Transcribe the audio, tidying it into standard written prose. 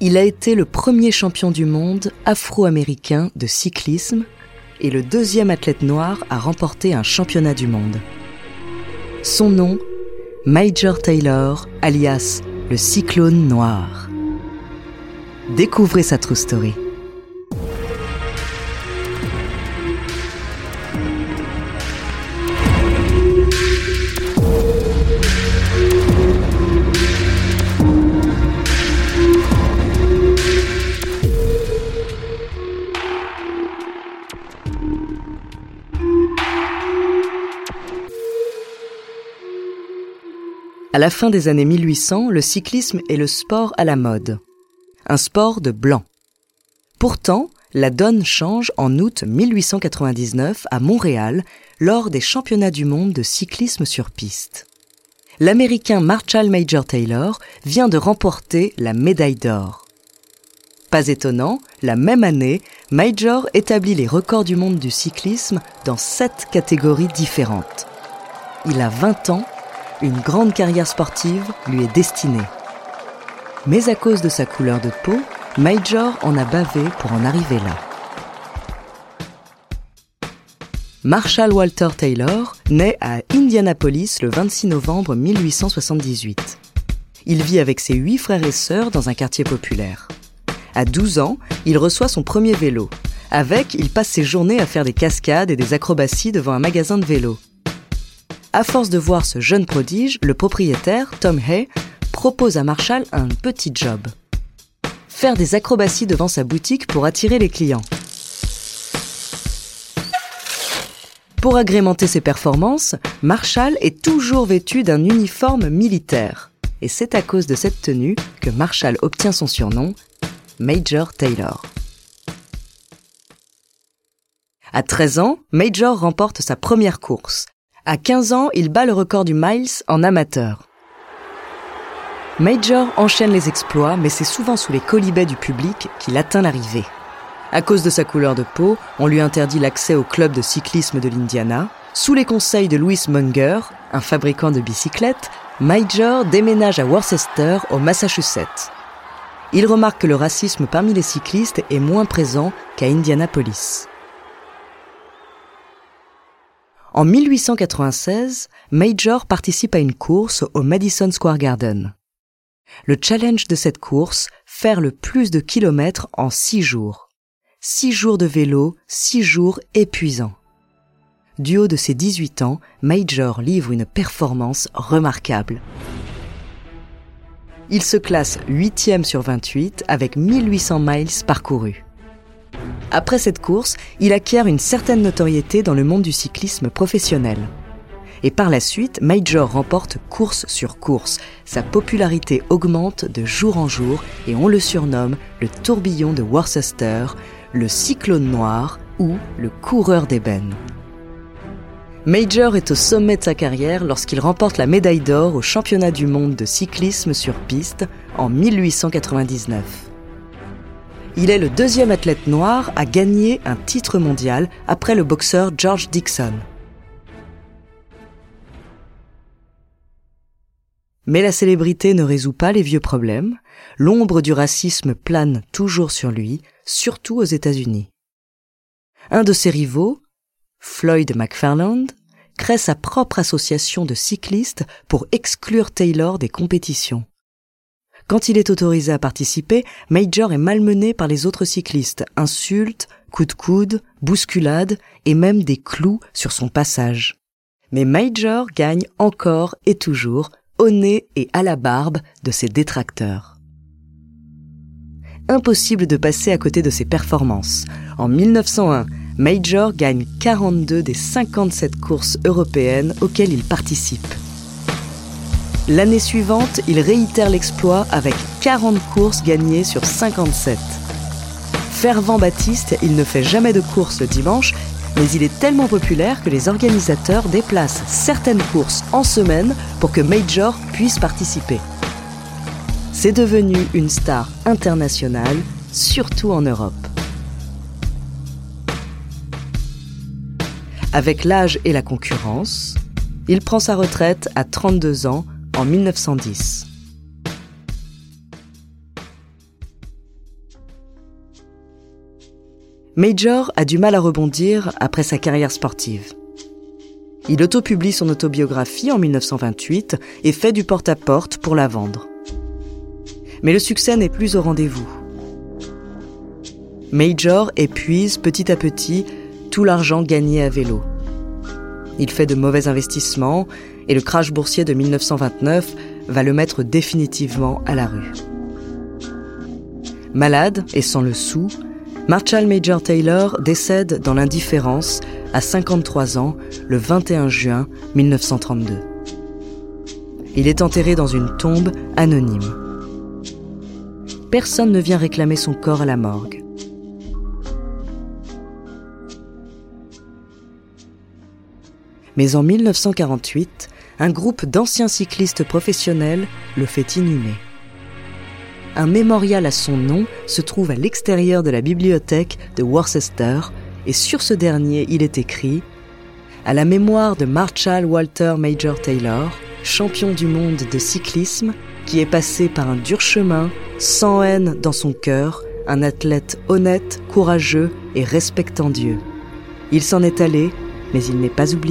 Il a été le premier champion du monde afro-américain de cyclisme et le deuxième athlète noir à remporter un championnat du monde. Son nom, Major Taylor, alias le Cyclone Noir. Découvrez sa true story. À la fin des années 1800, le cyclisme est le sport à la mode. Un sport de blancs. Pourtant, la donne change en août 1899 à Montréal lors des championnats du monde de cyclisme sur piste. L'Américain Marshall Major Taylor vient de remporter la médaille d'or. Pas étonnant, la même année, Major établit les records du monde du cyclisme dans 7 catégories différentes. Il a 20 ans. Une grande carrière sportive lui est destinée. Mais à cause de sa couleur de peau, Major en a bavé pour en arriver là. Marshall Walter Taylor naît à Indianapolis le 26 novembre 1878. Il vit avec ses 8 frères et sœurs dans un quartier populaire. À 12 ans, il reçoit son premier vélo. Avec, il passe ses journées à faire des cascades et des acrobaties devant un magasin de vélos. À force de voir ce jeune prodige, le propriétaire, Tom Hay, propose à Marshall un petit job. Faire des acrobaties devant sa boutique pour attirer les clients. Pour agrémenter ses performances, Marshall est toujours vêtu d'un uniforme militaire. Et c'est à cause de cette tenue que Marshall obtient son surnom, Major Taylor. À 13 ans, Major remporte sa première course. À 15 ans, il bat le record du miles en amateur. Major enchaîne les exploits, mais c'est souvent sous les quolibets du public qu'il atteint l'arrivée. À cause de sa couleur de peau, on lui interdit l'accès au club de cyclisme de l'Indiana. Sous les conseils de Louis Munger, un fabricant de bicyclettes, Major déménage à Worcester, au Massachusetts. Il remarque que le racisme parmi les cyclistes est moins présent qu'à Indianapolis. En 1896, Major participe à une course au Madison Square Garden. Le challenge de cette course, faire le plus de kilomètres en 6 jours. 6 jours de vélo, 6 jours épuisants. Du haut de ses 18 ans, Major livre une performance remarquable. Il se classe 8e sur 28 avec 1800 miles parcourus. Après cette course, il acquiert une certaine notoriété dans le monde du cyclisme professionnel. Et par la suite, Major remporte course sur course. Sa popularité augmente de jour en jour et on le surnomme le tourbillon de Worcester, le cyclone noir ou le coureur d'ébène. Major est au sommet de sa carrière lorsqu'il remporte la médaille d'or au championnat du monde de cyclisme sur piste en 1899. Il est le deuxième athlète noir à gagner un titre mondial après le boxeur George Dixon. Mais la célébrité ne résout pas les vieux problèmes. L'ombre du racisme plane toujours sur lui, surtout aux États-Unis. Un de ses rivaux, Floyd McFarland, crée sa propre association de cyclistes pour exclure Taylor des compétitions. Quand il est autorisé à participer, Major est malmené par les autres cyclistes, insultes, coups de coude, bousculades et même des clous sur son passage. Mais Major gagne encore et toujours, au nez et à la barbe de ses détracteurs. Impossible de passer à côté de ses performances. En 1901, Major gagne 42 des 57 courses européennes auxquelles il participe. L'année suivante, il réitère l'exploit avec 40 courses gagnées sur 57. Fervent baptiste, il ne fait jamais de course le dimanche, mais il est tellement populaire que les organisateurs déplacent certaines courses en semaine pour que Major puisse participer. C'est devenu une star internationale, surtout en Europe. Avec l'âge et la concurrence, il prend sa retraite à 32 ans en 1910. Major a du mal à rebondir après sa carrière sportive. Il autopublie son autobiographie en 1928 et fait du porte-à-porte pour la vendre. Mais le succès n'est plus au rendez-vous. Major épuise petit à petit tout l'argent gagné à vélo. Il fait de mauvais investissements et le crash boursier de 1929 va le mettre définitivement à la rue. Malade et sans le sou, Marshall Major Taylor décède dans l'indifférence à 53 ans le 21 juin 1932. Il est enterré dans une tombe anonyme. Personne ne vient réclamer son corps à la morgue. Mais en 1948, un groupe d'anciens cyclistes professionnels le fait inhumer. Un mémorial à son nom se trouve à l'extérieur de la bibliothèque de Worcester et sur ce dernier, il est écrit « À la mémoire de Marshall Walter Major Taylor, champion du monde de cyclisme, qui est passé par un dur chemin, sans haine dans son cœur, un athlète honnête, courageux et respectant Dieu. Il s'en est allé, mais il n'est pas oublié. »